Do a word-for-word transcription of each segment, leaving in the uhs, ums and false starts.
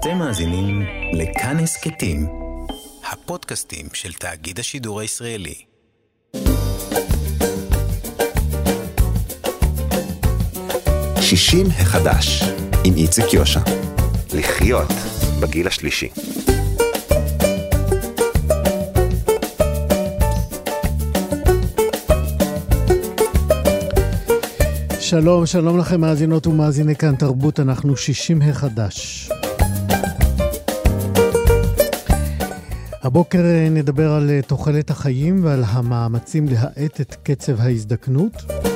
אתם מאזינים לכאן הסכתים, הפודקאסטים של תאגיד השידור הישראלי. שישים החדש, עם איציק יושע. לחיות בגיל השלישי. שלום, שלום לכם מאזינות ומאזיני כאן תרבות, אנחנו שישים החדש. הבוקר נדבר על תוחלת החיים ועל המאמצים להאט את קצב ההזדקנות.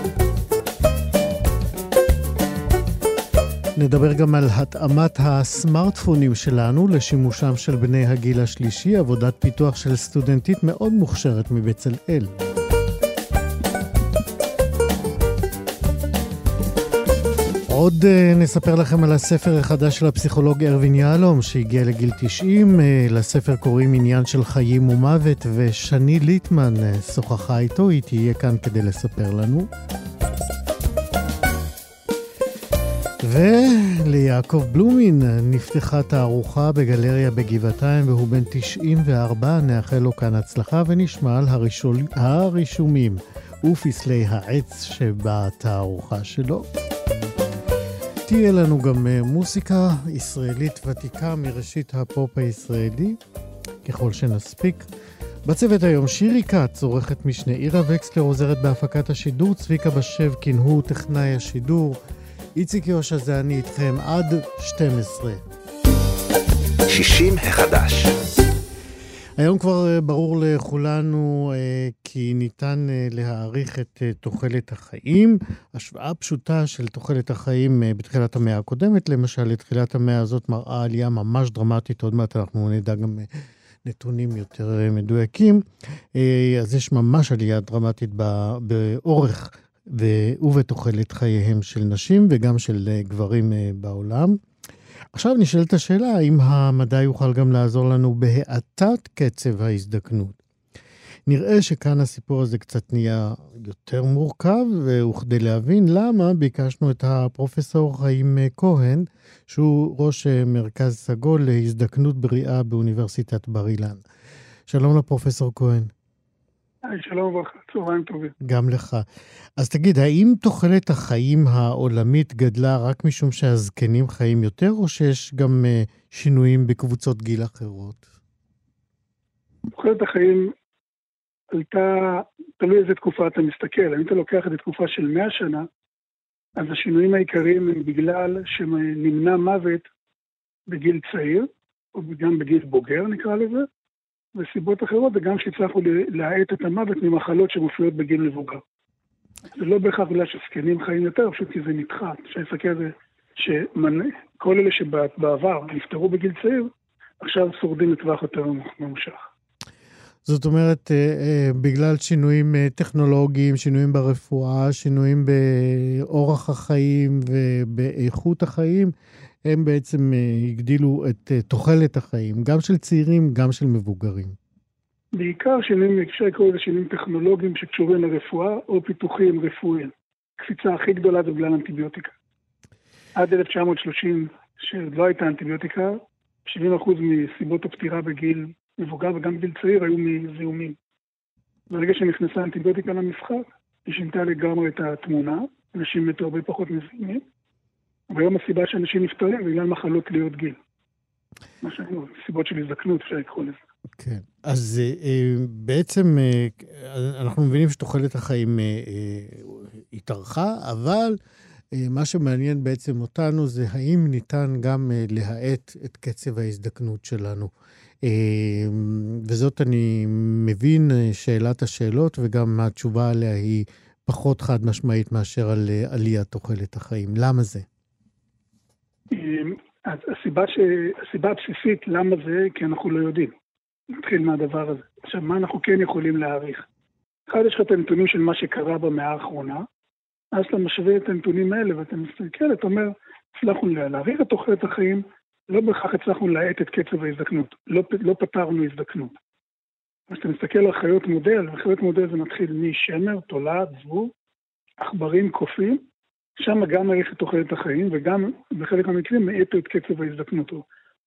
נדבר גם על התאמת הסמארטפונים שלנו לשימושם של בני הגיל השלישי, עבודת פיתוח של סטודנטית מאוד מוכשרת מבצלאל. עוד נספר לכם על הספר החדש של הפסיכולוג ארווין יהלום שהגיע לגיל תשעים. לספר קוראים עניין של חיים ומוות, ושני ליטמן שוחחה איתו, היא תהיה כאן כדי לספר לנו. וליעקב בלומין נפתחה תערוכה בגלריה בגבעתיים והוא בן תשעים וארבע, נאחל לו כאן הצלחה ונשמע על הרישול, הרישומים ופסלי העץ שבתערוכה שלו. תהיה לנו גם מוסיקה ישראלית ותיקה מראשית הפופ הישראלי, ככל שנספיק. בצוות היום שירי כץ, עורכת משנה, עירה וקסלר עוזרת בהפקת השידור, צביקה בשב כנהו טכנאי השידור, איציק יושע זה אני איתכם עד שתים עשרה. שישים החדש. היום כבר ברור לכולנו כי ניתן להעריך את תוחלת החיים. השוואה פשוטה של תוחלת החיים בתחילת המאה הקודמת, למשל לתחילת המאה הזאת מראה עלייה ממש דרמטית, עוד מעט אנחנו נדע גם נתונים יותר מדויקים. אז יש ממש עלייה דרמטית באורך ובתוחלת חייהם של נשים וגם של גברים בעולם. עכשיו נשאלת השאלה, האם המדע יוכל גם לעזור לנו בהאטת קצב ההזדקנות? נראה שכאן הסיפור הזה קצת נהיה יותר מורכב, וכדי להבין למה ביקשנו את הפרופסור חיים כהן, שהוא ראש מרכז סגול להזדקנות בריאה באוניברסיטת בר אילן. שלום לפרופסור כהן. שלום וברכה, צהריים טובים. גם לך. אז תגיד, האם תוחלת החיים העולמית גדלה רק משום שהזקנים חיים יותר, או שיש גם uh, שינויים בקבוצות גיל אחרות? תוחלת החיים עלתה, תלוי איזה תקופה אתה מסתכל. אם אתה לוקח את התקופה של מאה שנה, אז השינויים העיקריים הם בגלל שנמנע מוות בגיל צעיר, או גם בגיל בוגר נקרא לזה, וסיבות אחרות, וגם שהצלחנו להאט את המוות ממחלות שמופיעות בגיל מבוגר. זה לא בהכרח בגלל שזקנים חיים יותר, פשוט כי זה נדחה. שהסתכל זה שכל אלה שבעבר נפטרו בגיל צעיר, עכשיו שורדים לטווח יותר ממושך. זאת אומרת, בגלל שינויים טכנולוגיים, שינויים ברפואה, שינויים באורח החיים ובאיכות החיים, הם בעצם הגדילו את תוחלת החיים, גם של צעירים, גם של מבוגרים. בעיקר שינויים, אפשר לקרוא לזה שינויים טכנולוגיים שקשורים לרפואה, או פיתוחים רפואיים. הקפיצה הכי גדולה זה בגלל אנטיביוטיקה. עד אלף תשע מאות שלושים, שלא הייתה אנטיביוטיקה, שבעים אחוז מסיבות הפטירה בגיל מבוגר וגם בגיל צעיר היו מזיהומים. ברגע שנכנסה אנטיביוטיקה למשחק, היא שינתה לגמרי את התמונה, אנשים מתו הרבה פחות מזיהומים, והיום הסיבה שאנשים נפטרים בגלל מחלות תלויות גיל. מה שאני, סיבות של הזדקנות, אפשר לקרוא לזה. כן, אז בעצם אנחנו מבינים שתוחלת החיים התארכה, אבל מה שמעניין בעצם אותנו זה האם ניתן גם להאט את קצב ההזדקנות שלנו. וזאת אני מבין שאלת השאלות, וגם התשובה עליה היא פחות חד משמעית מאשר על עליית תוחלת החיים. למה זה? אז הסיבה, ש... הסיבה הבסיסית למה זה, כי אנחנו לא יודעים. נתחיל מהדבר הזה. עכשיו, מה אנחנו כן יכולים להעריך? אחד, יש לך את הנתונים של מה שקרה במאה האחרונה, אז אתה משווה את הנתונים האלה, ואתה מסתכל, אתה אומר, הצלחנו להעריך את תוחלת החיים, לא בהכרח הצלחנו להאט את קצב ההזדקנות. לא, לא פתרנו הזדקנות. אז אתה מסתכל על חיות מודל, וחיות מודל זה מתחיל משמר, תולעת, זבוב, עכברים, קופים, שם גם מעריך את תוחלת החיים, וגם בחלק מהמקרים מאטו את קצב ההזדקנות.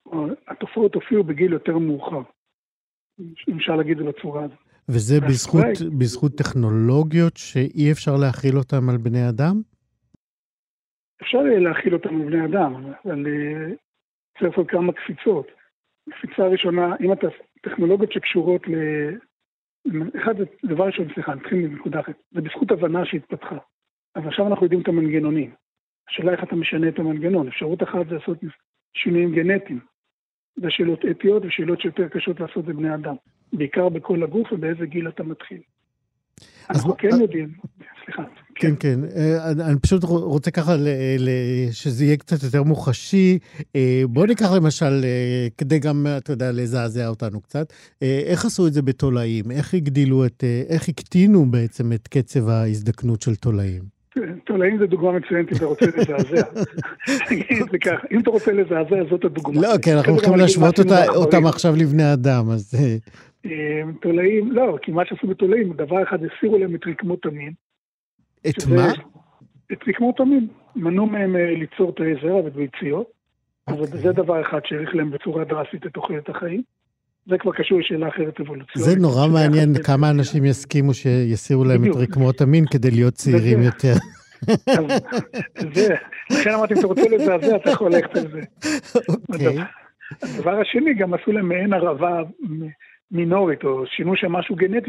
התופעות הופיעו בגיל יותר מאוחר. אם אפשר להגיד את זה בצורה הזאת. וזה בזכות, בזכות טכנולוגיות שאי אפשר להכיל אותם על בני אדם? אפשר להכיל אותם על בני אדם, אבל צריך לעשות כמה קפיצות. קפיצה ראשונה, אם אתה טכנולוגיות שקשורות ל... אחד, דבר ראשון, סליחה, נתחיל מנקודה אחת. זה בזכות הבנה שהתפתחה. אז עכשיו אנחנו יודעים את המנגנונים. השאלה איך אתה משנה את המנגנון. אפשרות אחת זה לעשות שינויים גנטיים. זה שאלות אתיות ושאלות שיותר קשות לעשות לבני אדם. בעיקר בכל הגוף ובאיזה גיל אתה מתחיל. אנחנו כן יודעים, סליחה. כן, כן. אני פשוט רוצה ככה שזה יהיה קצת יותר מוחשי. בוא ניקח למשל, כדי גם, אתה יודע, לזעזע אותנו קצת, איך עשו את זה בתולעים? איך הגדילו את, איך הקטינו בעצם את קצב ההזדקנות של תולעים? תולעים זה דוגמה מצוינת אם אתה רוצה לזעזע. אם אתה רוצה לזעזע, זאת הדוגמה. לא, כן, אנחנו הולכים להשוות אותם עכשיו לבני אדם, אז... תולעים, לא, כי מה שעשו בתולעים, דבר אחד, הסירו להם את רקמות המין. את מה? את רקמות המין. מנעו מהם ליצור תאי זרע וביציות. אז זה דבר אחד שהאריך להם בצורה דרסטית את תוחלת החיים. זה כבר קשור לשאלה אחרת אבולוציונית. זה נורא מעניין כמה אנשים יסכימו שיסירו להם את רקמות המין כדי להיות צעירים יותר. זה, לכן אמרתי, אם אתה רוצה לזעזע, אתה יכול ללכת על זה. אוקיי. הדבר השני, גם עשו להם מעין ערבה מינורית, או שינו שם משהו גנטי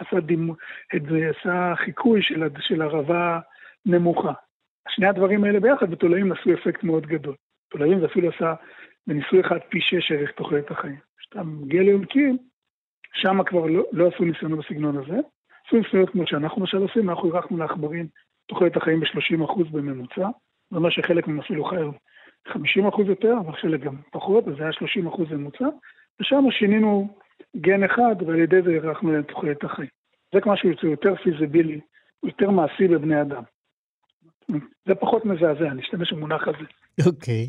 שעשה חיקוי של ערבה נמוכה. שני הדברים האלה ביחד, בתולעים עשו אפקט מאוד גדול. תולעים זה אפילו עשה בניסוי אחד פי שש ערך תוחלת החיים. כשאתה מגיע ליונקים, שם כבר לא, לא עשו ניסיונות בסגנון הזה. עשו ניסיונות כמו שאנחנו למשל עושים, אנחנו ערכנו לעכברים תוחלת החיים ב-שלושים אחוז בממוצע. זאת אומרת שחלק מהם אפילו חיו חמישים אחוז יותר, אבל חלק גם פחות, אז זה היה שלושים אחוז בממוצע. ושם שינינו גן אחד, ועל ידי זה ערכנו להם תוחלת החיים. זה משהו יותר פיזיבילי, יותר מעשי בבני אדם. זה פחות מזעזע, אני אשתמש במונח הזה. אוקיי.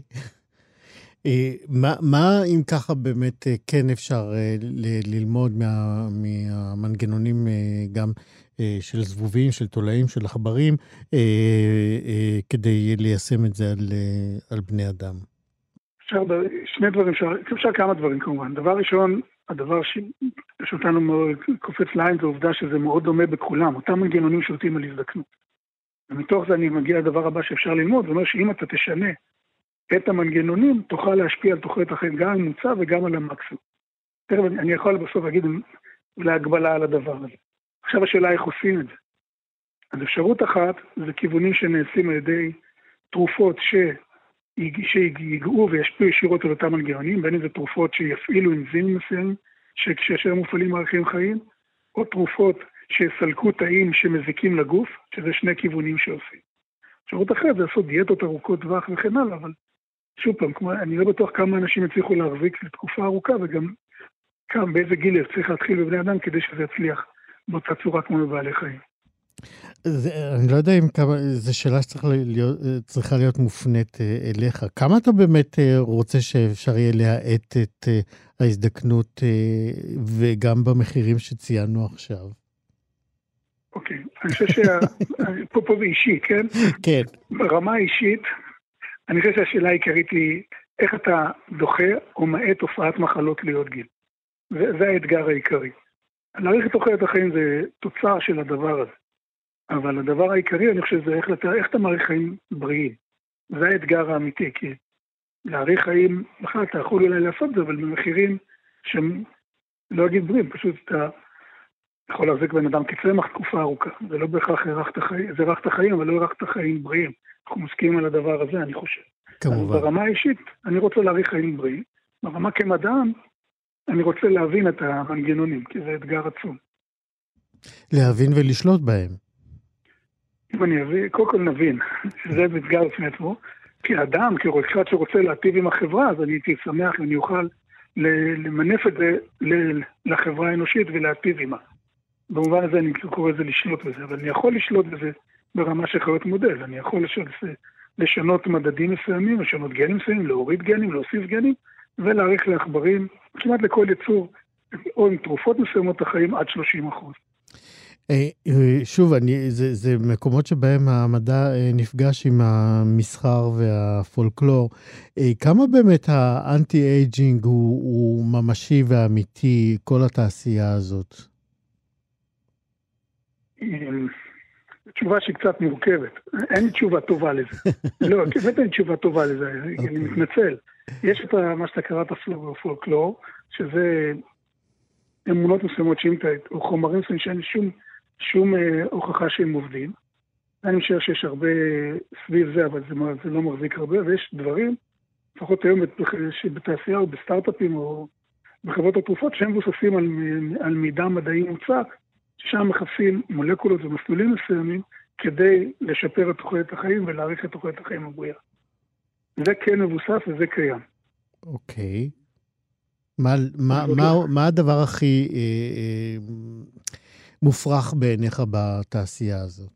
מה אם ככה באמת כן אפשר ללמוד מהמנגנונים גם של זבובים, של תולעים, של עכברים, כדי ליישם את זה על בני אדם? אפשר שני דברים, אפשר כמה דברים כמובן. דבר ראשון, הדבר שאותנו קופץ לעין זה העובדה שזה מאוד דומה בכולם, אותם מנגנונים שולטים על הזדקנות. ומתוך זה אני מגיע לדבר הבא שאפשר ללמוד, זאת אומרת שאם אתה תשנה את המנגנונים, תוכל להשפיע על תוחלת החיים גם ממוצע וגם על המקסימום. תכף אני יכול בסוף להגיד להגבלה על הדבר הזה. עכשיו השאלה איך עושים את זה. אז אפשרות אחת זה כיוונים שנעשים על ידי תרופות ש... שיגעו וישפיעו ישירות על אותם מנגנונים, בין אם זה תרופות שיפעילו אנזימים מסוימים, שכאשר מופעלים מעריכים חיים, או תרופות שיסלקו תאים שמזיקים לגוף, שזה שני כיוונים שעושים. אפשרות אחרת זה לעשות דיאטות ארוכות טווח וכן הלאה, אבל שוב פעם, כמו, אני לא בטוח כמה אנשים יצליחו להחזיק לתקופה ארוכה, וגם כמה, באיזה גיל צריך להתחיל בבני אדם כדי שזה יצליח באותה צורה כמו בבעלי חיים. זה, אני לא יודע אם כמה, זו שאלה שצריכה להיות, צריכה להיות מופנית אליך. כמה אתה באמת רוצה שאפשר יהיה להאט את ההזדקנות וגם במחירים שציינו עכשיו? אוקיי, אני חושב שפה פה זה אישי, כן? כן. ברמה האישית, אני חושב שהשאלה העיקרית היא איך אתה דוחה או מאט תופעת מחלות להיות גיל. זה, זה האתגר העיקרי. להאריך את תוחלת החיים זה תוצר של הדבר הזה. אבל הדבר העיקרי, אני חושב, זה איך, איך אתה מעריך חיים בריאים. זה האתגר האמיתי, כי להאריך חיים, בכלל אתה יכול אולי לעשות את זה, אבל במחירים שהם לא אגיד בריאים, פשוט אתה יכול להחזיק בן אדם כצמח תקופה ארוכה. זה לא בהכרח הארכת החיים, זה הארכת החיים, אבל לא הארכת חיים בריאים. אנחנו מסכימים על הדבר הזה, אני חושב. כמובן. ברמה האישית, אני רוצה להאריך חיים בריאים. ברמה כמדען, אני רוצה להבין את המנגנונים, כי זה אתגר עצום. להבין ולשלוט בהם. אם אני אביא, קודם כל נבין, שזה אתגר לפני עצמו, כי אדם, כאחד שרוצה להטיב עם החברה, אז אני הייתי שמח אם אני אוכל למנף את זה לחברה האנושית ולהטיב עימה. במובן הזה אני קורא את זה לשלוט בזה, אבל אני יכול לשלוט בזה ברמה של חיות מודל, אני יכול לשנות מדדים מסוימים, לשנות גנים מסוימים, להוריד גנים, להוסיף גנים, ולהאריך לעכברים, כמעט לכל יצור, או עם תרופות מסוימות החיים עד שלושים אחוז. שוב, אני, זה, זה מקומות שבהם המדע נפגש עם המסחר והפולקלור. כמה באמת האנטי-אייג'ינג הוא, הוא ממשי ואמיתי, כל התעשייה הזאת? תשובה שהיא קצת מורכבת. אין לי תשובה טובה לזה. לא, באמת אין תשובה טובה לזה, אני מתנצל. יש את מה שאתה קראת פולקלור, שזה אמונות מסוימות שאינטרנט, או חומרים מסוימים שאין שום, שום אה, הוכחה שהם עובדים. אני חושב שיש הרבה סביב זה, אבל זה, זה לא מחזיק הרבה, ויש דברים, לפחות היום בתעשייה או בסטארט-אפים או בחברות התרופות, שהם מבוססים על, על מידע מדעי מוצק, ששם מחפשים מולקולות ומסלולים מסוימים, כדי לשפר את תוחלת החיים ולהאריך את תוחלת החיים הבריאה. זה כן מבוסס וזה קיים. אוקיי. מה, מה, מה, מה הדבר הכי אה, אה, מופרך בעיניך בתעשייה הזאת?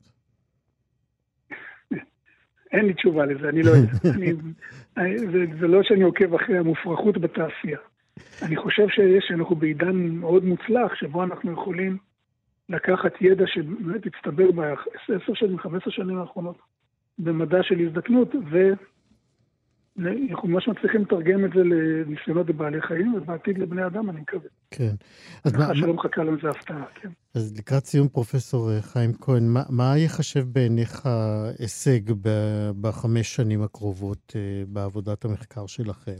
אין לי תשובה לזה, אני לא יודע. אני, זה, זה לא שאני עוקב אחרי המופרכות בתעשייה. אני חושב שיש, שאנחנו בעידן מאוד מוצלח, שבו אנחנו יכולים לקחת ידע שבאמת הצטבר בעשר שנים, חמש עשרה שנים האחרונות, במדע של הזדקנות, ואנחנו ממש מצליחים לתרגם את זה לניסיונות בבעלי חיים, ובעתיד לבני אדם, אני מקווה. כן. אז שלא מחכה לנו זה הפתעה, כן. אז לקראת סיום, פרופסור חיים כהן, מה, מה יחשב בעיניך הישג בחמש שנים הקרובות בעבודת המחקר שלכם?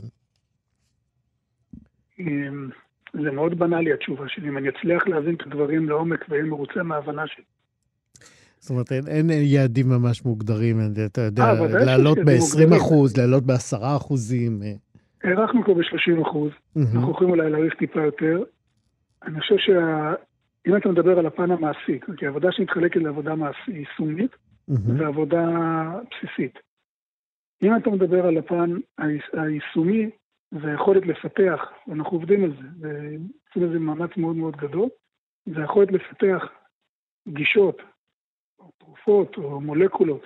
זה מאוד בנאלי התשובה שלי, אם אני אצליח להבין את הדברים לעומק ואין מרוצה מההבנה שלי. זאת אומרת, אין, אין יעדים ממש מוגדרים, אתה יודע, 아, לעלות ב-עשרים אחוז, לעלות ב-עשרה אחוזים. הערכנו פה ב-שלושים אחוז, אנחנו יכולים אולי להעריך טיפה יותר. אני חושב שאם אתה מדבר על הפן המעשי, כי העבודה שמתחלקת לעבודה מעשית, יישומית, ועבודה בסיסית. אם אתה מדבר על הפן היישומי, זה יכולת לפתח, ואנחנו עובדים על זה, ועושים לזה מאמץ מאוד מאוד גדול, זה יכולת לפתח גישות, או תרופות, או מולקולות,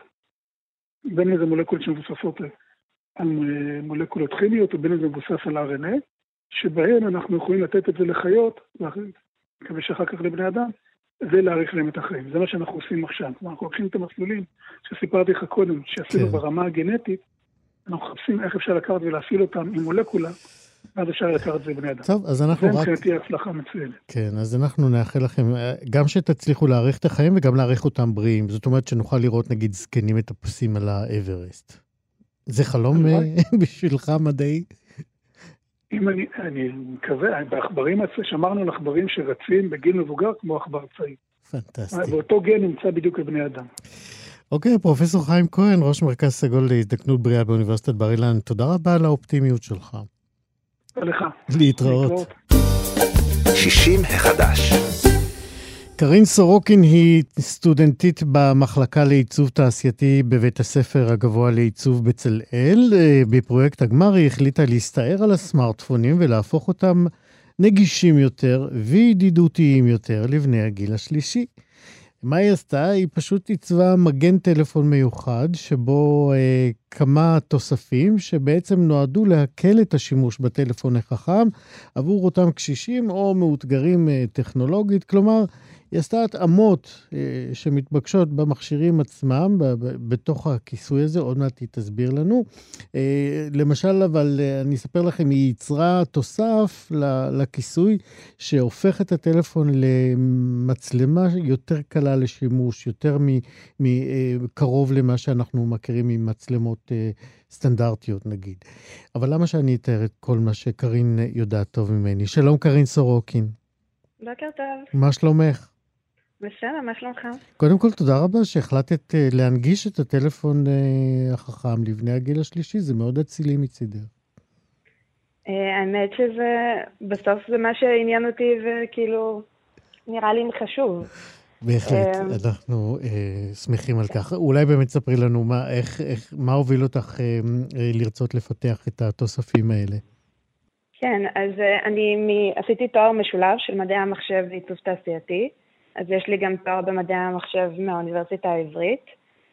בין אם זה מולקולות שמבוססות על מולקולות כימיות, או בין אם זה מבוסס על אר אן איי, שבהן אנחנו יכולים לתת את זה לחיות, מקווה שאחר כך לבני אדם, זה להאריך להם את החיים. זה מה שאנחנו עושים עכשיו. אנחנו לוקחים את המסלולים שסיפרתי לך קודם, שעשינו כן. ברמה הגנטית, אנחנו מחפשים איך אפשר לקחת ולהפעיל אותם עם מולקולה, אז אפשר לקחת את זה בני אדם. טוב, אז אנחנו רק... זה מבחינתי הצלחה מצוינת. כן, אז אנחנו נאחל לכם, גם שתצליחו להאריך את החיים וגם להאריך אותם בריאים. זאת אומרת שנוכל לראות, נגיד, זקנים מטפסים על האברסט. זה חלום בשבילך מדעי? אם אני, אני מקווה, בעכברים, שמרנו על עכברים שרצים בגיל מבוגר כמו עכבר צעיר. פנטסטי. ואותו גן נמצא בדיוק בבני אדם. אוקיי, פרופסור חיים כהן, ראש מרכז סגול להזדקנות בריאה באוניברסיטת בר אילן, תודה רבה על האופטימיות שלך. תודה לך. להתראות. שישים החדש. קרין סורוקין היא סטודנטית במחלקה לעיצוב תעשייתי בבית הספר הגבוה לעיצוב בצלאל. בפרויקט הגמר היא החליטה להסתער על הסמארטפונים ולהפוך אותם נגישים יותר וידידותיים יותר לבני הגיל השלישי. מה היא עשתה? היא פשוט עיצבה מגן טלפון מיוחד, שבו אה, כמה תוספים שבעצם נועדו להקל את השימוש בטלפון החכם עבור אותם קשישים או מאותגרים אה, טכנולוגית. כלומר, היא עשתה התאמות אה, שמתבקשות במכשירים עצמם, ב- ב- בתוך הכיסוי הזה, עוד מעט היא תסביר לנו. אה, למשל, אבל אה, אני אספר לכם, היא ייצרה תוסף ל- לכיסוי, שהופך את הטלפון למצלמה יותר קלה לשימוש, יותר מקרוב למה שאנחנו מכירים ממצלמות אה, סטנדרטיות נגיד. אבל למה שאני אתאר את כל מה שקרין יודעת טוב ממני? שלום קרין סורוקין. בוקר טוב. מה שלומך? בסדר, מה שלומך? קודם כל, תודה רבה שהחלטת uh, להנגיש את הטלפון uh, החכם לבני הגיל השלישי, זה מאוד אצילי מצידר. Uh, האמת שזה, בסוף זה מה שעניין אותי וכאילו נראה לי חשוב. בהחלט, uh, אנחנו uh, שמחים על כך. אולי באמת ספרי לנו מה, איך, איך, מה הוביל אותך uh, uh, לרצות לפתח את התוספים האלה. כן, אז uh, אני מ... עשיתי תואר משולב של מדעי המחשב ועיצוב תעשייתי, אז יש לי גם תואר במדעי המחשב מהאוניברסיטה העברית,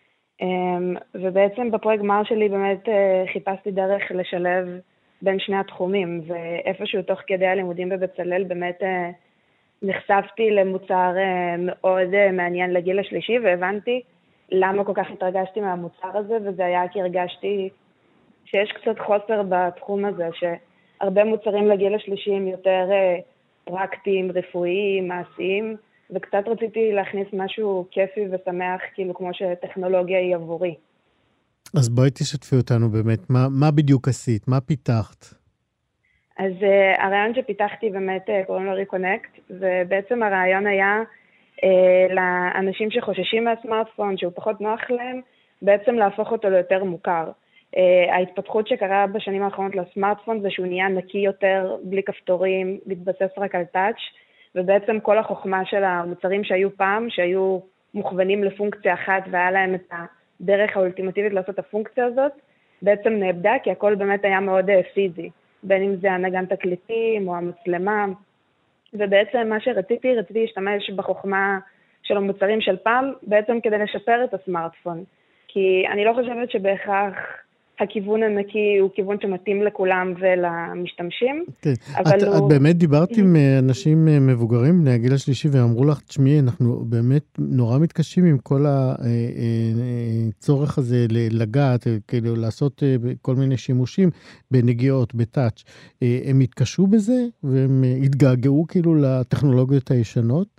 ובעצם בפרויקט גמר שלי באמת חיפשתי דרך לשלב בין שני התחומים, ואיפשהו תוך כדי הלימודים בבצלאל באמת נחשפתי למוצר מאוד מעניין לגיל השלישי, והבנתי למה כל כך התרגשתי מהמוצר הזה, וזה היה כי הרגשתי שיש קצת חוסר בתחום הזה, שהרבה מוצרים לגיל השלישי הם יותר פרקטיים, רפואיים, מעשיים, וקצת רציתי להכניס משהו כיפי ושמח, כאילו כמו שטכנולוגיה היא עבורי. אז בואי תשתפי אותנו באמת, מה, מה בדיוק עשית? מה פיתחת? אז uh, הרעיון שפיתחתי באמת uh, קוראים לו ריקונקט, ובעצם הרעיון היה uh, לאנשים שחוששים מהסמארטפון, שהוא פחות נוח להם, בעצם להפוך אותו ליותר מוכר. Uh, ההתפתחות שקרה בשנים האחרונות לסמארטפון זה שהוא נהיה נקי יותר, בלי כפתורים, מתבסס רק על טאץ', ובעצם כל החוכמה של המוצרים שהיו פעם, שהיו מוכוונים לפונקציה אחת והיה להם את הדרך האולטימטיבית לעשות את הפונקציה הזאת, בעצם נאבדה, כי הכל באמת היה מאוד פיזי, בין אם זה הנגן תקליטים או המצלמה, ובעצם מה שרציתי, רציתי להשתמש בחוכמה של המוצרים של פעם, בעצם כדי לשפר את הסמארטפון, כי אני לא חושבת שבהכרח הכיוון הנקי הוא כיוון שמתאים לכולם ולמשתמשים. כן. את, הוא... את באמת דיברת עם אנשים מבוגרים בני הגיל השלישי, ואמרו לך, תשמעי, אנחנו באמת נורא מתקשים עם כל הצורך הזה לגעת, כאילו לעשות כל מיני שימושים בנגיעות, בטאץ'. הם התקשו בזה, והם התגעגעו כאילו לטכנולוגיות הישנות?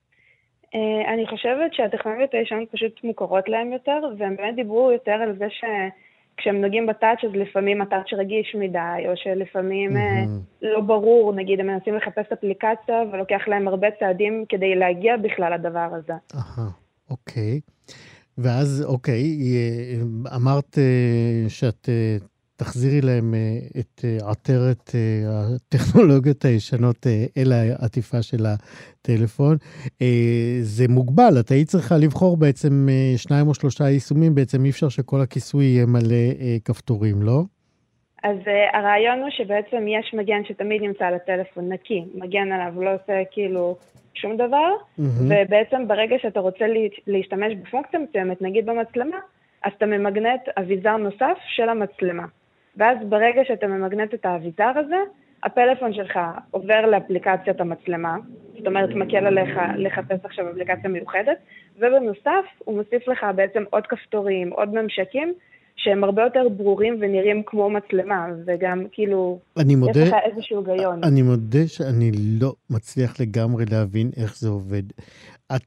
אני חושבת שהטכנולוגיות הישנות פשוט מוכרות להם יותר, והם באמת דיברו יותר על זה ש... כשהם נוגעים בטאץ' אז לפעמים הטאץ' רגיש מדי, או שלפעמים mm-hmm. לא ברור, נגיד, הם מנסים לחפש אפליקציה, ולוקח להם הרבה צעדים כדי להגיע בכלל לדבר הזה. אהה, אוקיי. ואז, אוקיי, אמרת שאת תחזירי להם את עטרת הטכנולוגיות הישנות אל העטיפה של הטלפון. זה מוגבל, את היית צריכה לבחור בעצם שניים או שלושה יישומים, בעצם אי אפשר שכל הכיסוי יהיה מלא כפתורים, לא? אז הרעיון הוא שבעצם יש מגן שתמיד נמצא על הטלפון נקי, מגן עליו, לא עושה כאילו שום דבר, mm-hmm. ובעצם ברגע שאתה רוצה להשתמש בפונקציה מסוימת, נגיד במצלמה, אז אתה ממגנט אביזר נוסף של המצלמה. ואז ברגע שאתה ממגנט את האביזר הזה, הפלאפון שלך עובר לאפליקציית המצלמה, זאת אומרת, מקל עליך לחפש עכשיו אפליקציה מיוחדת, ובנוסף הוא מוסיף לך בעצם עוד כפתורים, עוד ממשקים, שהם הרבה יותר ברורים ונראים כמו מצלמה, וגם כאילו, מודה, יש לך איזשהו גיון. אני מודה שאני לא מצליח לגמרי להבין איך זה עובד. את...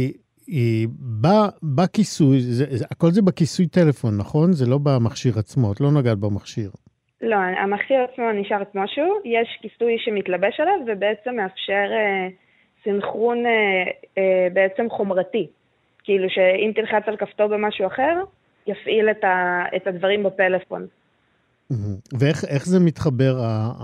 בכיסוי, הכל זה בכיסוי טלפון, נכון? זה לא במכשיר עצמו, את לא נגעת במכשיר. לא, המכשיר עצמו נשאר את משהו, יש כיסוי שמתלבש עליו, ובעצם מאפשר אה, סינכרון אה, אה, בעצם חומרתי. כאילו שאם תלחץ על כפתור במשהו אחר, יפעיל את, ה, את הדברים בפלאפון. ואיך איך זה מתחבר,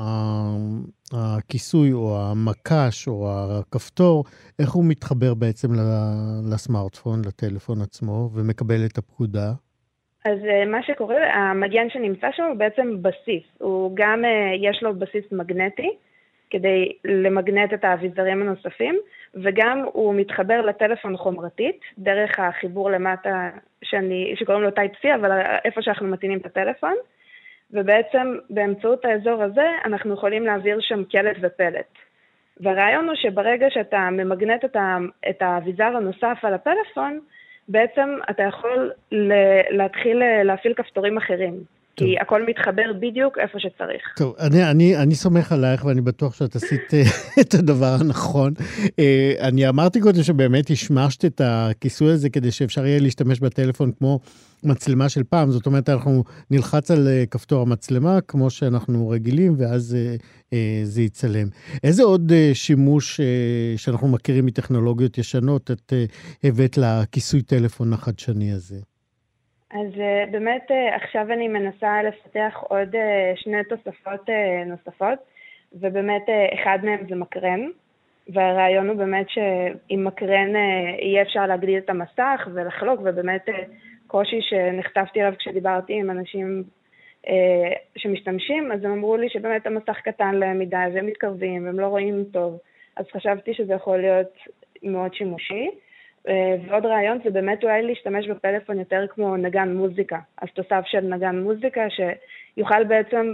הכיסוי או המקש או הכפתור, איך הוא מתחבר בעצם לסמארטפון, לטלפון עצמו, ומקבל את הפקודה? אז מה שקורה, המגן שנמצא שם הוא בעצם בסיס, הוא גם יש לו בסיס מגנטי, כדי למגנט את האביזרים הנוספים, וגם הוא מתחבר לטלפון חומרתית, דרך החיבור למטה שאני, שקוראים לו טייפ סי, אבל איפה שאנחנו מתאינים את הטלפון, ובעצם באמצעות האזור הזה אנחנו יכולים להעביר שם קלט ופלט. והרעיון הוא שברגע שאתה ממגנט את, ה, את האביזר הנוסף על הפלאפון, בעצם אתה יכול להתחיל להפעיל כפתורים אחרים. טוב. כי הכל מתחבר בדיוק איפה שצריך. טוב, אני, אני, אני סומך עלייך ואני בטוח שאת עשית את הדבר הנכון. אני אמרתי קודם שבאמת השמשת את הכיסוי הזה כדי שאפשר יהיה להשתמש בטלפון כמו מצלמה של פעם. זאת אומרת, אנחנו נלחץ על כפתור המצלמה כמו שאנחנו רגילים, ואז זה יצלם. איזה עוד שימוש שאנחנו מכירים מטכנולוגיות ישנות את הבאת לכיסוי טלפון החדשני הזה? אז באמת עכשיו אני מנסה לפתח עוד שני תוספות נוספות, ובאמת אחד מהם זה מקרן, והרעיון הוא באמת שעם מקרן יהיה אפשר להגדיל את המסך ולחלוק, ובאמת קושי שנחשפתי עליו כשדיברתי עם אנשים שמשתמשים, אז הם אמרו לי שבאמת המסך קטן להם מדי, והם מתקרבים, והם לא רואים טוב, אז חשבתי שזה יכול להיות מאוד שימושי. ועוד רעיון זה באמת אולי להשתמש בפלאפון יותר כמו נגן מוזיקה, אז תוסף של נגן מוזיקה שיוכל בעצם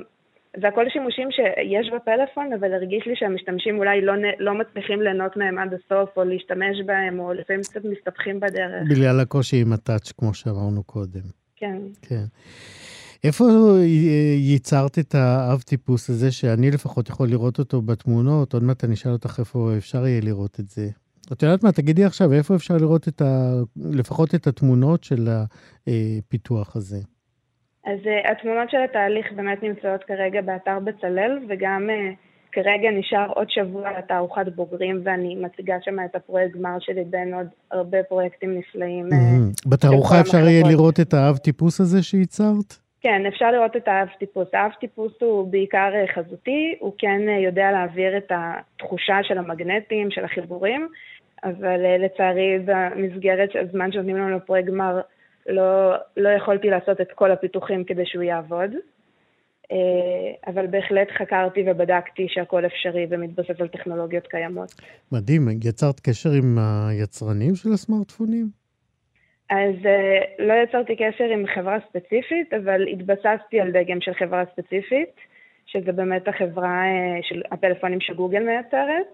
זה הכל שימושים שיש בפלאפון, אבל הרגיש לי שהמשתמשים אולי לא, לא מצליחים ליהנות מהם עד הסוף, או להשתמש בהם, או לפעמים קצת מסתבכים בדרך. בגלל הקושי עם הטאץ', כמו שאמרנו קודם. כן. כן. איפה ייצרת את האב טיפוס הזה, שאני לפחות יכול לראות אותו בתמונות? עוד מעט אני אשאל אותך איפה אפשר יהיה לראות את זה. את יודעת מה, תגידי עכשיו, איפה אפשר לראות את ה... לפחות את התמונות של הפיתוח הזה? אז uh, התמונות של התהליך באמת נמצאות כרגע באתר בצלאל, וגם uh, כרגע נשאר עוד שבוע לתערוכת בוגרים, ואני מציגה שם את הפרויקט גמר שלי בין עוד הרבה פרויקטים נפלאים. Mm-hmm. בתערוכה אפשר יהיה לראות את האב טיפוס הזה שייצרת? כן, אפשר לראות את האב טיפוס. האב טיפוס הוא בעיקר חזותי, הוא כן יודע להעביר את התחושה של המגנטים, של החיבורים, אבל uh, לצערי במסגרת הזמן שנותנים לנו לפרויקט גמר, לא, לא יכולתי לעשות את כל הפיתוחים כדי שהוא יעבוד, אבל בהחלט חקרתי ובדקתי שהכל אפשרי ומתבסס על טכנולוגיות קיימות. מדהים, יצרת קשר עם היצרנים של הסמארטפונים? אז לא יצרתי קשר עם חברה ספציפית, אבל התבססתי על דגם של חברה ספציפית, שזה באמת החברה של הפלאפונים שגוגל מייצרת,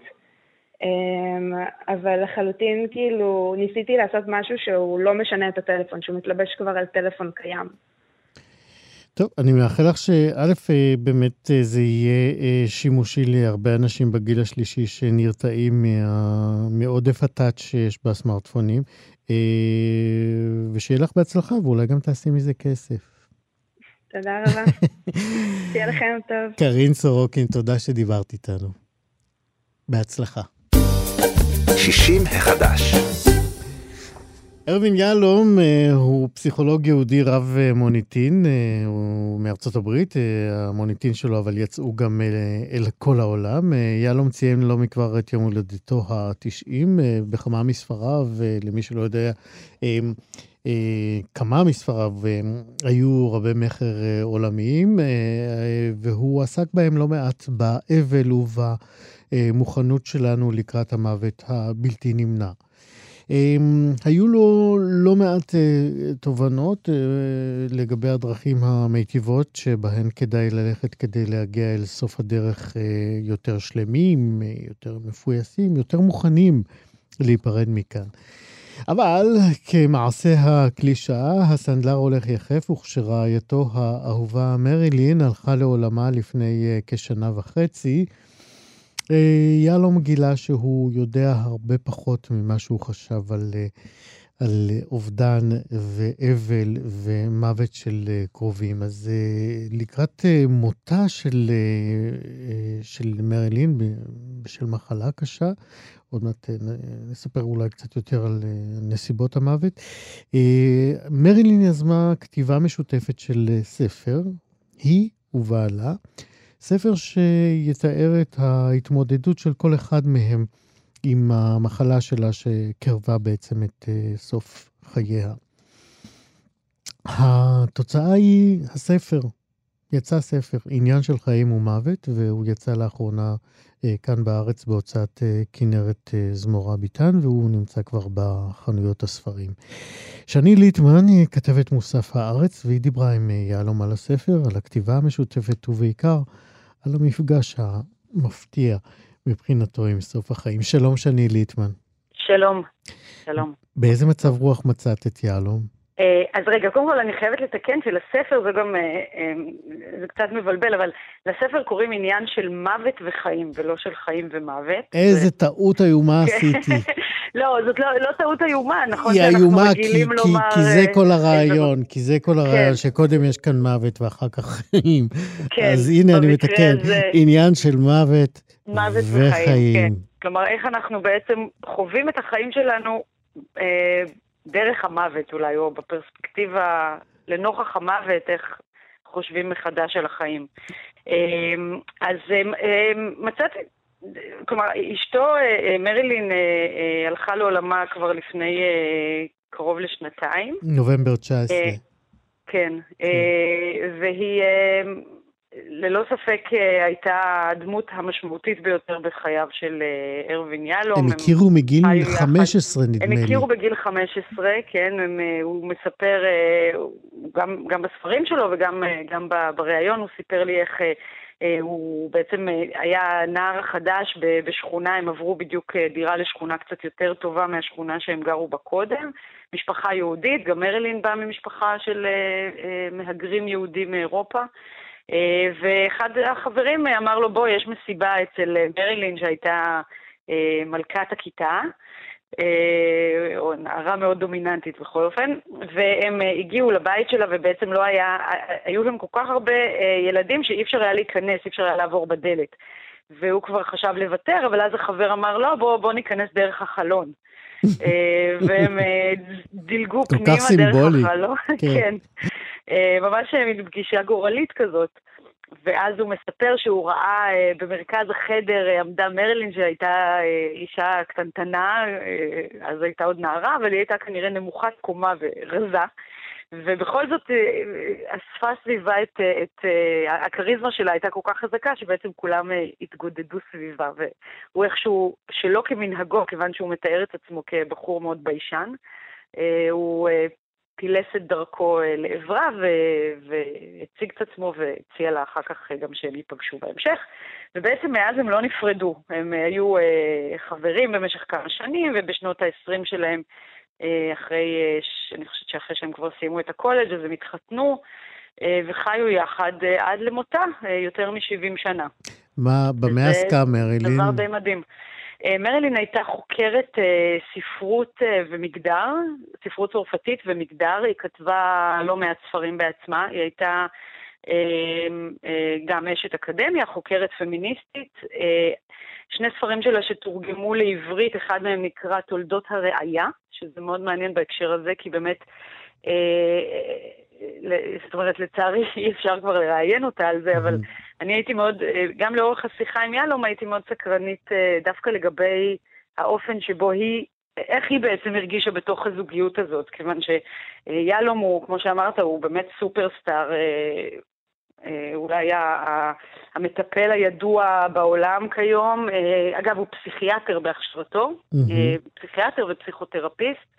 אבל לחלוטין כאילו ניסיתי לעשות משהו שהוא לא משנה את הטלפון, שהוא מתלבש כבר על טלפון קיים. טוב, אני מאחל לך שא' באמת זה יהיה שימושי להרבה אנשים בגיל השלישי שנרתעים מעודף הטאץ' שיש בסמארטפונים, ושיהיה לך בהצלחה, ואולי גם תעשי מזה כסף. תודה רבה. תהיה לכם טוב. קרין סורוקין, תודה שדיברת איתנו. בהצלחה. שישים החדש. ארווין יהלום הוא פסיכולוג יהודי רב מוניטין, הוא מארצות הברית, המוניטין שלו אבל יצאו גם אל כל העולם. יהלום ציין לא מכבר את יום הולדתו ה-תשעים בכמה מספריו, ולמי שלא יודע, כמה מספריו היו רבי מחר עולמיים, והוא עסק בהם לא מעט באבל ובמוכנות שלנו לקראת המוות הבלתי נמנע. היו לו לא מעט תובנות לגבי הדרכים המיטיבות שבהן כדאי ללכת כדי להגיע אל סוף הדרך יותר שלמים, יותר מפויסים, יותר מוכנים להיפרד מכאן. אבל כמעשה הקלישאה, הסנדלר הולך יחף, וכשרעייתו האהובה מרילין הלכה לעולמה לפני כשנה וחצי, יהלום גילה שהוא יודע הרבה פחות ממה שהוא חשב על, על אובדן ואבל ומוות של קרובים. אז לקראת מותה של, של מרילין בשל מחלה קשה, עוד מעט נספר אולי קצת יותר על נסיבות המוות, מרילין יזמה כתיבה משותפת של ספר, היא ובעלה, ספר שיתאר את ההתמודדות של כל אחד מהם עם המחלה שלה שקרבה בעצם את סוף חייה. התוצאה היא הספר, יצא ספר, עניין של חיים ומוות, והוא יצא לאחרונה כאן בארץ בהוצאת כנרת זמורה ביטן, והוא נמצא כבר בחנויות הספרים. שני ליטמן היא כתבת מוסף הארץ, והיא דיברה עם יהלום על הספר, על הכתיבה המשותפת ובעיקר על המפגש המפתיע מבחינתו עם סוף החיים. שלום שני ליטמן. שלום, שלום. באיזה מצב רוח מצאת את יהלום? אז רגע, קודם כל אני חייבת לתקן שלספר זה גם, זה קצת מבלבל, אבל לספר קוראים עניין של מוות וחיים, ולא של חיים ומוות. איזה טעות איומה עשיתי. לא, זאת לא טעות איומה, נכון? היא איומה, כי זה כל הרעיון, כי זה כל הרעיון, שקודם יש כאן מוות ואחר כך חיים. אז הנה אני מתקן, עניין של מוות וחיים. כלומר, איך אנחנו בעצם חווים את החיים שלנו דרך המוות אולי, או בפרספקטיבה לנוכח המוות, איך חושבים מחדש על החיים. אז מצאתי, כלומר, אשתו מרילין הלכה לעולמה כבר לפני קרוב לשנתיים. נובמבר תשע עשרה. כן, והיא ללא ספק הייתה הדמות המשמעותית ביותר בחייו של ארווין יהלום. הם הכירו מגיל חמש עשרה, נדמה לי. הם הכירו בגיל חמש עשרה, כן, הוא מספר, גם בספרים שלו וגם בריאיון הוא סיפר לי איך הוא בעצם היה נער חדש בשכונה, הם עברו בדיוק דירה לשכונה קצת יותר טובה מהשכונה שהם גרו בה קודם, משפחה יהודית, גם מרילין באה ממשפחה של מהגרים יהודים מאירופה, ואחד החברים אמר לו, בוא, יש מסיבה אצל מרילין שהייתה מלכת הכיתה, או נערה מאוד דומיננטית בכל אופן, והם הגיעו לבית שלה ובעצם לא היה, היו להם כל כך הרבה ילדים שאי אפשר היה להיכנס, אי אפשר היה לעבור בדלת. והוא כבר חשב לוותר, אבל אז החבר אמר, לא, בוא, בוא ניכנס דרך החלון. והם דילגו פנימה דרך החלון. כן. ממש פגישה גורלית כזאת. ואז הוא מספר שהוא ראה במרכז החדר עמדה מרילין שהייתה אישה קטנטנה, אז הייתה עוד נערה, אבל היא הייתה כנראה נמוכת קומה ורזה, ובכל זאת אספה סביבה את, את הקריזמה שלה הייתה כל כך חזקה שבעצם כולם התגודדו סביבה, והוא איכשהו שלא כמנהגו, כיוון שהוא מתאר את עצמו כבחור מאוד ביישן, הוא פילס את דרכו לעברה והציג את עצמו והציע לה אחר כך גם שהם ייפגשו בהמשך. ובעצם מאז הם לא נפרדו. הם היו חברים במשך כמה שנים, ובשנות ה-עשרים שלהם, אחרי, אני חושבת שאחרי שהם כבר סיימו את הקולג' אז הם התחתנו, וחיו יחד עד למותה, יותר מ-שבעים שנה. מה, במה עסקה מרילין? דבר די מדהים. מרילין הייתה חוקרת ספרות ומגדר, ספרות צרפתית ומגדר, היא כתבה לא מעט ספרים בעצמה, היא הייתה גם אשת אקדמיה, חוקרת פמיניסטית, שני ספרים שלה שתורגמו לעברית, אחד מהם נקרא תולדות הראייה, שזה מאוד מעניין בהקשר הזה, כי באמת, זאת אומרת, לצערי אי אפשר כבר לראיין אותה על זה, אבל אני הייתי מאוד, גם לאורך השיחה עם ילום, הייתי מאוד סקרנית דווקא לגבי האופן שבו היא, איך היא בעצם הרגישה בתוך הזוגיות הזאת, כיוון שילום הוא, כמו שאמרת, הוא באמת סופרסטאר, אולי המטפל הידוע בעולם כיום, אגב הוא פסיכיאטר בהכשרתו, פסיכיאטר ופסיכותרפיסט,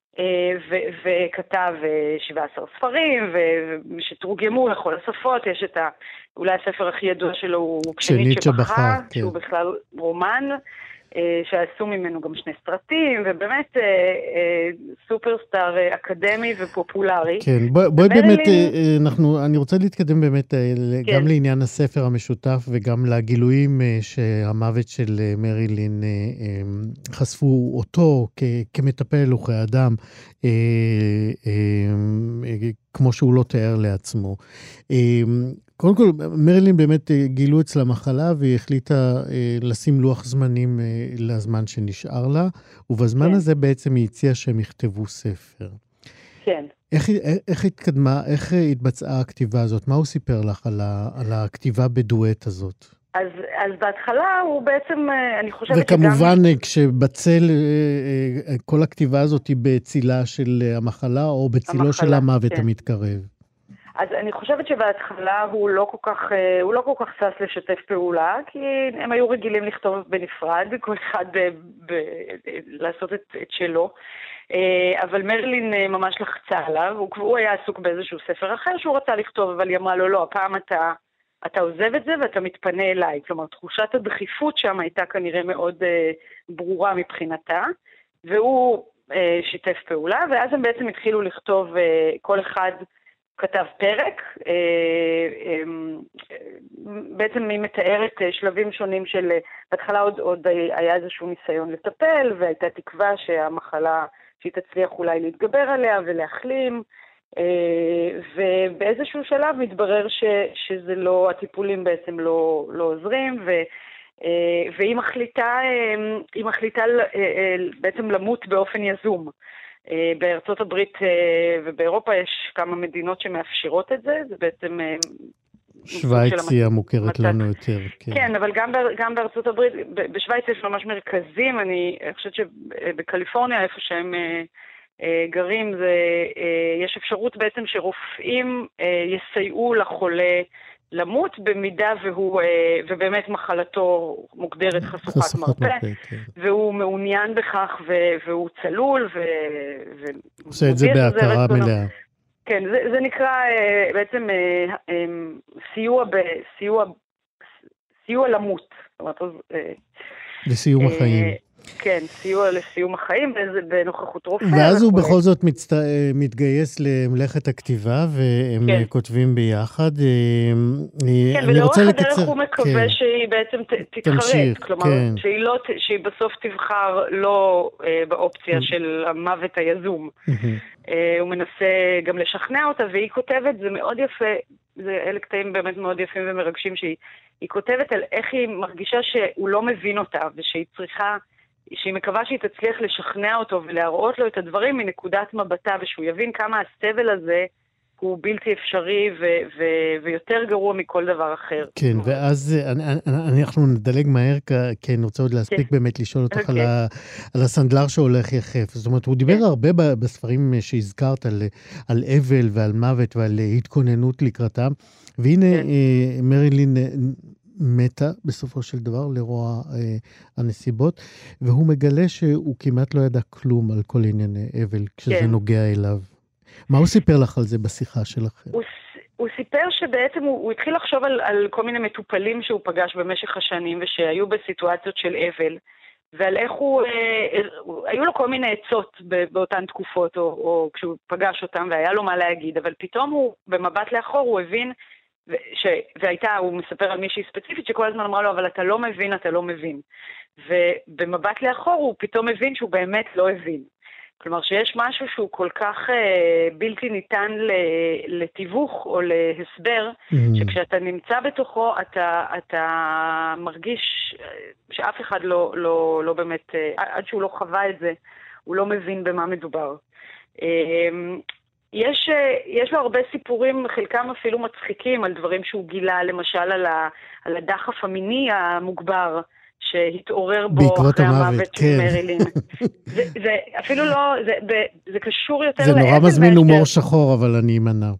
וכתב שבעה עשר ספרים, ושתורגמו לכל השפות, יש את אולי הספר הכי ידוע שלו הוא כשנית שבכה, שהוא בכלל רומן, שעשו ממנו גם שני סרטים, ובאמת סופרסטאר אקדמי ופופולרי. כן, בואי באמת, אני רוצה להתקדם באמת גם לעניין הספר המשותף, וגם לגילויים שהמוות של מרילין חשפו אותו כמטפל או כאדם, כמו שהוא לא תיאר לעצמו. קודם כל, מרילין באמת גילו אצלה מחלה, והיא החליטה אה, לשים לוח זמנים אה, לזמן שנשאר לה, ובזמן כן. הזה בעצם היא הציעה שהם יכתבו ספר. כן. איך, איך התקדמה, איך התבצעה הכתיבה הזאת? מה הוא סיפר לך על, ה, על הכתיבה בדואט הזאת? אז, אז בהתחלה הוא בעצם, אני חושבת וכמובן, שגם... וכמובן, כשבצל, כל הכתיבה הזאת היא בצילה של המחלה, או בצילו המחלה, של המוות כן. המתקרב. אז אני חושבת שבהתחלה הוא לא כל כך, הוא לא כל כך סס לשתף פעולה, כי הם היו רגילים לכתוב בנפרד, כל אחד ב, ב, לעשות את, את שלו. אבל מרילין ממש לחצה עליו, הוא, הוא היה עסוק באיזשהו ספר אחר שהוא רצה לכתוב, אבל היא אמרה לו, לא, הפעם אתה, אתה עוזב את זה ואתה מתפנה אליי. כלומר, תחושת הדחיפות שם הייתה כנראה מאוד ברורה מבחינתה, והוא שיתף פעולה, ואז הם בעצם התחילו לכתוב כל אחד, כתב פרק, בעצם היא מתארת שלבים שונים של, בהתחלה עוד, עוד היה איזשהו ניסיון לטפל, והייתה תקווה שהמחלה, שהיא תצליח אולי להתגבר עליה ולהחלים, ובאיזשהו שלב מתברר ש, שזה לא, הטיפולים בעצם לא, לא עוזרים, ו, והיא מחליטה, היא מחליטה בעצם למות באופן יזום. בארצות הברית ובאירופה יש כמה מדינות שמאפשרות את זה, זה בעצם... שוויץ היא המוכרת לנו יותר. כן, כן אבל גם, גם בארצות הברית, בשוויץ יש ממש מרכזים, אני חושבת שבקליפורניה, איפה שהם גרים, זה, יש אפשרות בעצם שרופאים יסייעו לחולה למות במידה והוא, ובאמת מחלתו מוגדרת חשוכת מרפא, והוא מעוניין בכך, והוא צלול, עושה את זה בהכרה מלאה. כן, זה, זה נקרא בעצם סיוע, ב, סיוע סיוע למות. זאת אומרת, אז... לסיום החיים. כן, סיוע לסיום החיים, בנוכחות רופא. ואז הוא בכל זאת מצט... מתגייס למלאכת הכתיבה, והם כן. כותבים ביחד. כן, ולאורך הדרך לקצר... הוא מקווה כן. שהיא בעצם תתחרט. כלומר, כן. שהיא, לא, שהיא בסוף תבחר לא אה, באופציה של המוות היזום. אה, הוא מנסה גם לשכנע אותה, והיא כותבת, זה מאוד יפה, זה אלה קטעים באמת מאוד יפים ומרגשים, שהיא היא כותבת על איך היא מרגישה שהוא לא מבין אותה, ושהיא צריכה... שהיא מקווה שהיא תצליח לשכנע אותו ולהראות לו את הדברים מנקודת מבטה, ושהוא יבין כמה הסבל הזה הוא בלתי אפשרי ו- ו- ויותר גרוע מכל דבר אחר. כן, ואז אנחנו נדלג מהר, כי אני רוצה עוד להספיק באמת לשאול אותך על, ה- על הסנדלר שהולך יחף. זאת אומרת, הוא דיבר הרבה בספרים שהזכרת על, על אבל ועל מוות ועל התכוננות לקראתם, והנה מרילין מתה בסופו של דבר לרוע אה, הנסיבות, והוא מגלה שהוא כמעט לא ידע כלום על כל ענייני אבל, כשזה כן. נוגע אליו. מה הוא סיפר לך על זה בשיחה שלכם? הוא, הוא סיפר שבעצם הוא, הוא התחיל לחשוב על, על כל מיני מטופלים שהוא פגש במשך השנים, ושהיו בסיטואציות של אבל, ועל איך הוא, אה, היו לו כל מיני עצות באותן תקופות, או, או כשהוא פגש אותם, והיה לו מה להגיד, אבל פתאום הוא, במבט לאחור, הוא הבין, ש... והייתה, הוא מספר על מישהי ספציפית שכל הזמן אמרה לו, אבל אתה לא מבין, אתה לא מבין. ובמבט לאחור הוא פתאום מבין שהוא באמת לא הבין. כלומר שיש משהו שהוא כל כך אה, בלתי ניתן לתיווך או להסבר, mm-hmm. שכשאתה נמצא בתוכו אתה, אתה מרגיש שאף אחד לא, לא, לא באמת, אה, עד שהוא לא חווה את זה, הוא לא מבין במה מדובר. אה, יש, יש לו הרבה סיפורים, חלקם אפילו מצחיקים, על דברים שהוא גילה, למשל על, ה, על הדחף המיני המוגבר, שהתעורר בו אחרי המוות של מרילין. זה, זה אפילו לא, זה, זה קשור יותר זה נורא מזמין הומור שחור, אבל אני אמנע.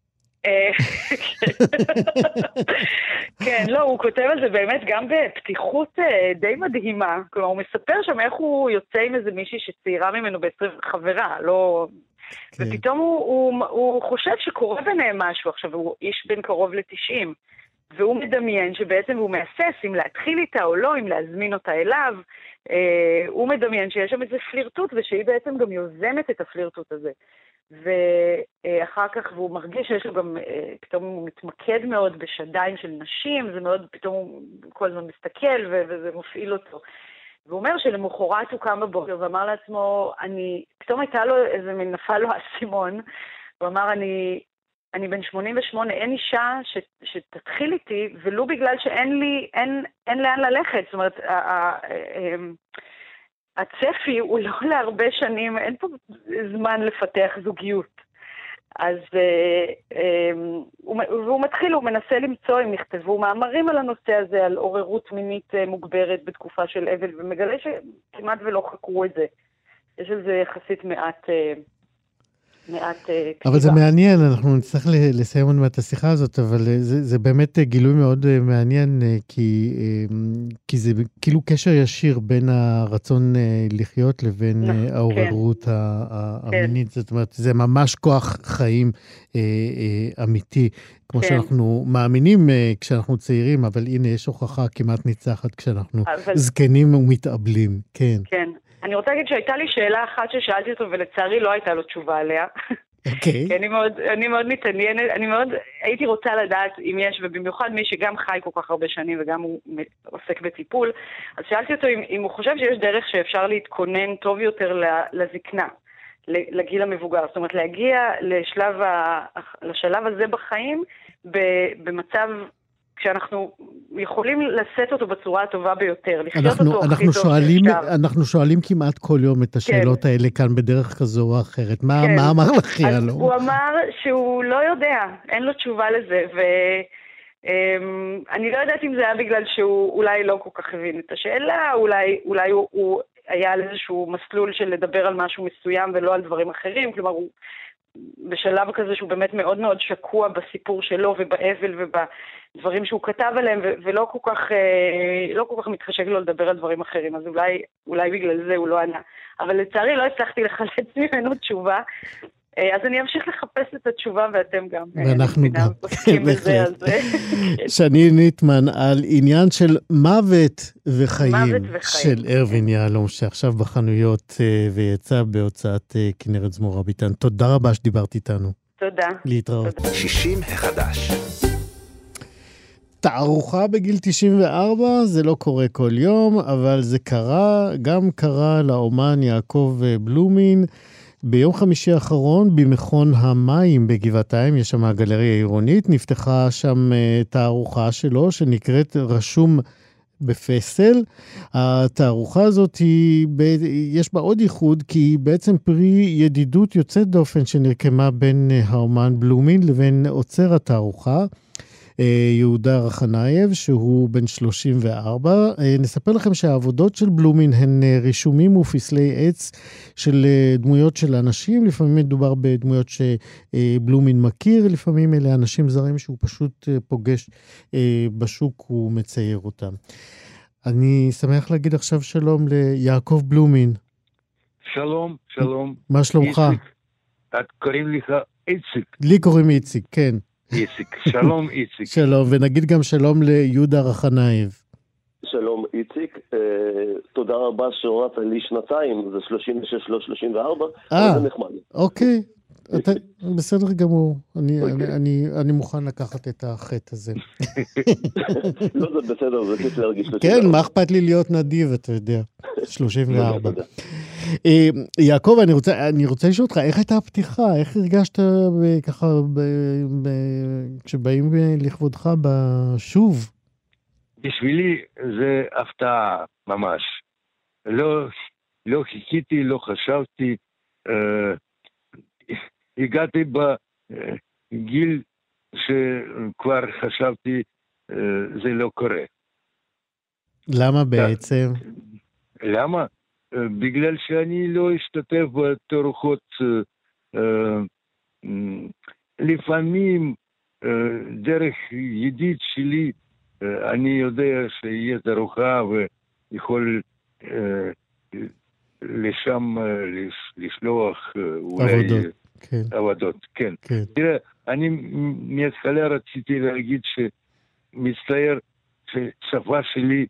כן, לא, הוא כותב על זה באמת גם בפתיחות די מדהימה. כלומר, הוא מספר שם איך הוא יוצא עם איזה מישהי שצעירה ממנו בעשרים חברה, לא... כן. ופתאום הוא, הוא, הוא חושב שקורה ביניהם משהו. עכשיו, הוא איש בן קרוב ל-תשעים, והוא מדמיין שבעצם הוא מאסס אם להתחיל איתה או לא, אם להזמין אותה אליו. אה, הוא מדמיין שיש שם איזה פלירטוט, ושהיא בעצם גם יוזמת את הפלירטוט הזה. ואחר כך, והוא מרגיש שיש לו גם, אה, פתאום הוא מתמקד מאוד בשדיים של נשים, זה מאוד, פתאום הוא כל הזמן מסתכל ו- וזה מפעיל אותו. והוא אומר שלמחרת הוא קם בבוקר ואמר לעצמו, אני, פתאום הייתה לו איזה מין נפל לו האסימון, הוא אמר, אני, אני בן שמונים ושמונה, אין אישה ש, שתתחיל איתי, ולו בגלל שאין לי, אין, אין לאן ללכת. זאת אומרת, ה, ה, הצפי הוא לא להרבה שנים, אין פה זמן לפתח זוגיות. אז הוא מתחיל, הוא מנסה למצוא, אם נכתבו מאמרים על הנושא הזה, על עוררות מינית מוגברת בתקופה של אבל, ומגלה שכמעט ולא חקרו את זה. יש על זה יחסית מעט... מעט אבל זה מעניין, אנחנו נצטרך לסיים עוד מעט השיחה הזאת, אבל זה, זה באמת גילוי מאוד מעניין, כי, כי זה כאילו קשר ישיר בין הרצון לחיות לבין העוררות כן. המינית, זאת אומרת, זה ממש כוח חיים אמיתי, כמו כן. שאנחנו מאמינים כשאנחנו צעירים, אבל הנה יש הוכחה כמעט ניצחת כשאנחנו אבל... זקנים ומתאבלים, כן. כן. אני רוצה להגיד שהייתה לי שאלה אחת ששאלתי אותו, ולצערי לא הייתה לו תשובה עליה. אוקיי. כי אני מאוד, אני מאוד מתעניינת, אני מאוד, הייתי רוצה לדעת אם יש, ובמיוחד מי שגם חי כל כך הרבה שנים, וגם הוא עוסק בטיפול, אז שאלתי אותו אם, אם הוא חושב שיש דרך שאפשר להתכונן טוב יותר לזקנה, לגיל המבוגר. זאת אומרת, להגיע לשלב ה, לשלב הזה בחיים, במצב... כשאנחנו יכולים לשאת אותו בצורה הטובה ביותר, לחיות אנחנו, אותו אנחנו הכי שואלים, טוב שאפשר. אנחנו שואלים כמעט כל יום את השאלות כן. האלה כאן בדרך כזו או אחרת. מה, כן. מה אמר לך יאללה? הוא אמר שהוא לא יודע, אין לו תשובה לזה, ואני לא יודעת אם זה היה בגלל שהוא אולי לא כל כך הבין את השאלה, אולי, אולי הוא, הוא היה על איזשהו מסלול של לדבר על משהו מסוים ולא על דברים אחרים, כלומר הוא... בשלב כזה שהוא באמת מאוד מאוד שקוע בסיפור שלו ובאבל ובדברים שהוא כתב עליהם, ולא כל כך, לא כל כך מתחשק לו לדבר על דברים אחרים, אז אולי, אולי בגלל זה הוא לא ענה. אבל לצערי לא הצלחתי לחלץ ממנו תשובה. אז אני אמשיך לחפש את התשובה, ואתם גם. ואנחנו גם. בזה, אז... שני ניטמן, על עניין של מוות וחיים, מוות וחיים. של ארווין יהלום, שעכשיו בחנויות ויצא בהוצאת כנרת זמורה ביטן. תודה רבה שדיברת איתנו. תודה. להתראות. שישים החדש. תערוכה בגיל תשעים וארבע, זה לא קורה כל יום, אבל זה קרה, גם קרה לאומן יעקב בלומין, ביום חמישי האחרון, במכון המים בגבעתיים, יש שם הגלריה העירונית, נפתחה שם תערוכה שלו, שנקראת רשום בפסל. התערוכה הזאת, היא, יש בה עוד ייחוד, כי היא בעצם פרי ידידות יוצאת דופן, שנרקמה בין האומן בלומין לבין עוצר התערוכה, יהודה רחנייב, שהוא בן שלושים וארבע. נספר לכם שהעבודות של בלומין הן רישומים ופסלי עץ של דמויות של אנשים, לפעמים מדובר בדמויות שבלומין מכיר, לפעמים אלה אנשים זרים שהוא פשוט פוגש בשוק ומצייר אותם. אני שמח להגיד עכשיו שלום ליעקב בלומין. שלום, שלום. מה שלומך? איציק, את קוראים לך איציק. לי קוראים איציק, כן. איציק, שלום איציק. שלום, ונגיד גם שלום ליהודה רחנייב. שלום איציק, אה, תודה רבה שהורדת לי שנתיים, זה שלושים ושש, לא שלושים וארבע, אה, זה נחמד. אוקיי, אתה, בסדר גמור, אני, אוקיי. אני, אני, אני מוכן לקחת את החטא הזה. לא, זה בסדר, זה כיף להרגיש שלושים כן, וארבע. מה אכפת לי להיות נדיב, אתה יודע, שלושים וארבע. אה, יעקב, אני רוצה, אני רוצה לשאול אותך, איך הייתה הפתיחה? איך הרגשת ב- ככה, ב- ב- כשבאים לכבודך בשוב? בשבילי זה הפתעה ממש. לא, לא חיכיתי, לא חשבתי, אה, הגעתי בגיל שכבר חשבתי, אה, זה לא קורה. למה בעצם? למה? אה, בגלל שאני לא אשתתף בתערוכות, אה, אה, לפעמים אה, דרך ידיד שלי, אה, אני יודע שיהיה תערוכה ויכול אה, לשם אה, לש- לשלוח אה, אולי עבודות, כן, עבודות, כן. כן. תראה, אני מהתחלה רציתי להגיד שמצטער ששפה שלי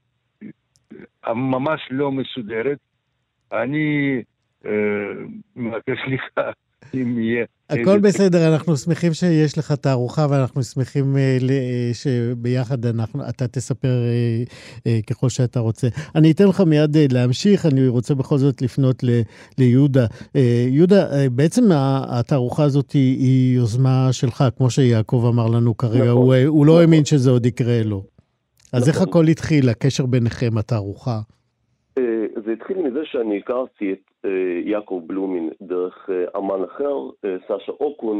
ממש לא מסודרת. אני אה, מבקש לך אם יהיה... הכל איזה- בסדר, אנחנו שמחים שיש לך תערוכה, ואנחנו שמחים אה, ל- אה, שביחד אנחנו, אתה תספר אה, אה, ככל שאתה רוצה. אני אתן לך מיד אה, להמשיך, אני רוצה בכל זאת לפנות ל- ליהודה. אה, יהודה, אה, בעצם ה- התערוכה הזאת היא, היא יוזמה שלך, כמו שיעקב אמר לנו כרגע, נכון, הוא, אה, הוא לא נכון. האמין שזה עוד יקרה לו. אז איך נכון. הכל התחיל, הקשר ביניכם, התערוכה? אה, זה התחיל מזה שאני הכרתי את אה, יעקב בלומין דרך אה, אמן אחר, אה, סשה אוקון,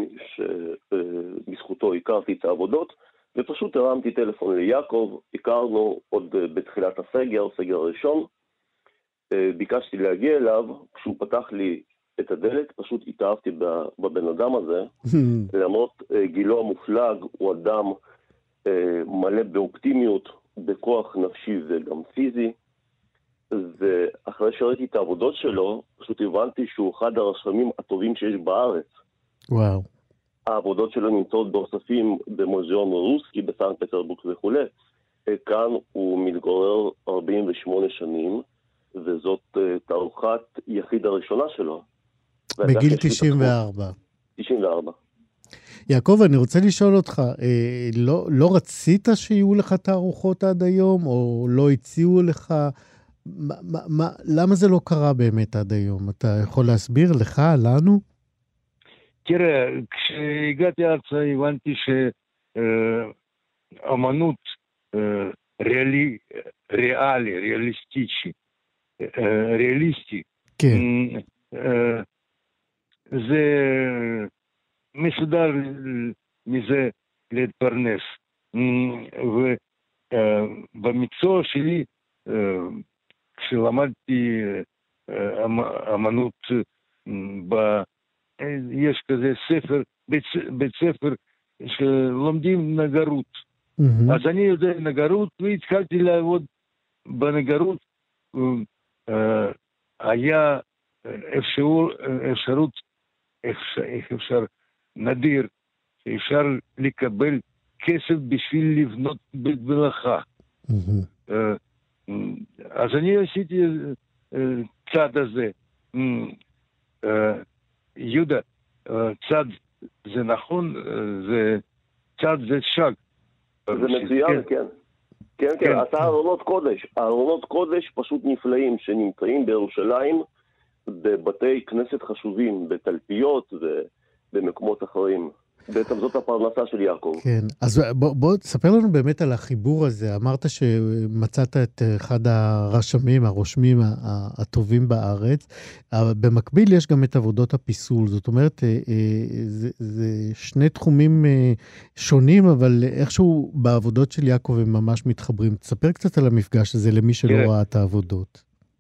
שבזכותו הכרתי את העבודות, ופשוט הרמתי טלפון ליעקב, הכרנו עוד אה, בתחילת הסגר, סגר הראשון, אה, ביקשתי להגיע אליו, כשהוא פתח לי את הדלת, פשוט התאהבתי ב- בבן אדם הזה, למרות אה, גילו המופלג, הוא אדם אה, מלא באופטימיות, בכוח נפשי וגם פיזי, ואחרי שראיתי את העבודות שלו, פשוט הבנתי שהוא אחד הרשמים הטובים שיש בארץ. וואו. העבודות שלו נמצאות באוספים במוזיאון רוסקי בסנט פטרבורג וכו'. כאן הוא מתגורר ארבעים ושמונה שנים, וזאת אה, תערוכת יחיד הראשונה שלו. בגיל תשעים וארבע. תשעים וארבע. יעקב, אני רוצה לשאול אותך, אה, לא, לא רצית שיהיו לך תערוכות עד היום, או לא הציעו לך? מה, מה, מה, למה זה לא קרה באמת עד היום? אתה יכול להסביר לך, לנו? תראה, כשהגעתי ארצה הבנתי שאמנות ריאלי, ריאלי, ריאליסטי, אה, ריאליסטי, כן. אה, זה מסודר מזה להתפרנס. ובמקצוע שלי, אה, כשלמדתי אה, אמ- אמנות, ב- יש כזה ספר, בית, בית ספר שלומדים נגרות. מהמם. אז אני יודע נגרות, והתחלתי לעבוד בנגרות. אה, היה אפשרות, אפשרות איך, איך אפשר, נדיר, שאפשר לקבל כסף בשביל לבנות בית מלאכה. Mm-hmm. אז אני עשיתי צד הזה. יהודה, צד זה נכון, זה צד זה שג. זה מצוין, כן. כן, כן, אתה ארונות קודש. ארונות קודש פשוט נפלאים שנמצאים בירושלים בבתי כנסת חשובים, בתלפיות ובמקומות אחרים. בעצם זאת הפרנסה של יעקב. כן, אז בוא, בוא תספר לנו באמת על החיבור הזה. אמרת שמצאת את אחד הרשמים, הרושמים הטובים בארץ. במקביל יש גם את עבודות הפיסול. זאת אומרת, זה, זה שני תחומים שונים, אבל איכשהו בעבודות של יעקב הם ממש מתחברים. תספר קצת על המפגש הזה למי שלא ראה את העבודות.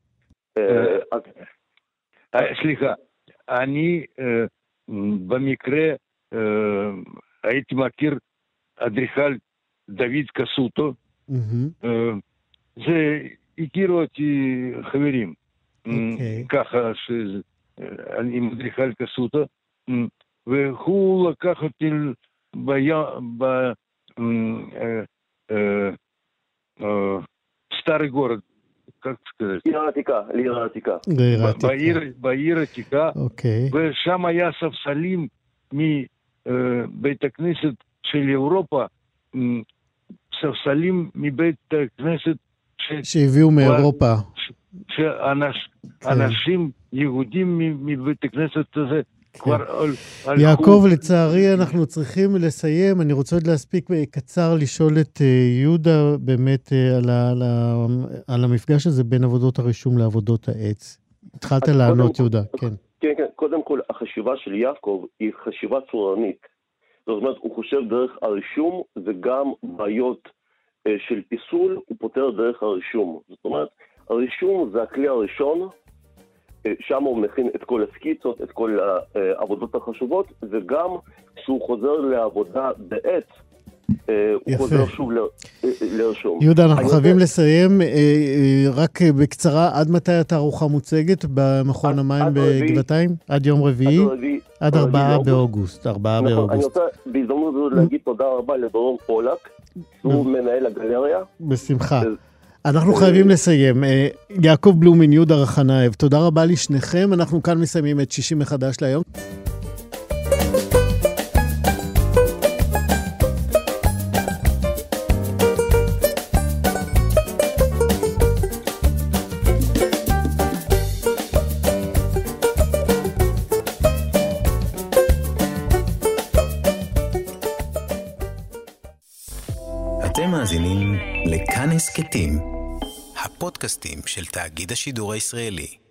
סליחה, אני במקרה הייתי מכיר אדריכל דוד קסוטו, זה הכירו אותי חברים, ככה שאני עם אדריכל קסוטו, והוא לקח אותי בסטארי גורד, как сказать? עיר העתיקה, לעיר העתיקה. בעיר העתיקה, ושם היה ספסלים מבית הכנסת של אירופה, ספסלים מבית הכנסת שהביאו מאירופה. שאנשים יהודים מבית הכנסת הזה כבר הלכו. יעקב, לצערי אנחנו צריכים לסיים. אני רוצה עוד להספיק קצר לשאול את יהודה באמת על המפגש הזה בין עבודות הרישום לעבודות העץ. התחלת לענות, יהודה, כן. כן, כן, קודם כל, החשיבה של יעקב היא חשיבה צורנית. זאת אומרת, הוא חושב דרך הרישום, וגם בעיות אה, של פיסול, הוא פותר דרך הרישום. זאת אומרת, הרישום זה הכלי הראשון, אה, שם הוא מכין את כל הסקיצות, את כל העבודות החשובות, וגם כשהוא חוזר לעבודה בעץ, הוא חוזר שוב לרשום. יהודה, אנחנו חייבים לסיים, רק בקצרה, עד מתי התערוכה מוצגת במכון המים בגבעתיים? עד יום רביעי? עד ארבעה באוגוסט. ארבעה באוגוסט. אני רוצה בהזדמנות הזאת להגיד תודה רבה לדורון פולק, שהוא מנהל הגלריה. בשמחה. אנחנו חייבים לסיים. יעקב בלומין, יהודה רחנייב, תודה רבה לשניכם. אנחנו כאן מסיימים את שישים מחדש להיום. אתם מאזינים לכאן הסכתים, הפודקאסטים של תאגיד השידור הישראלי.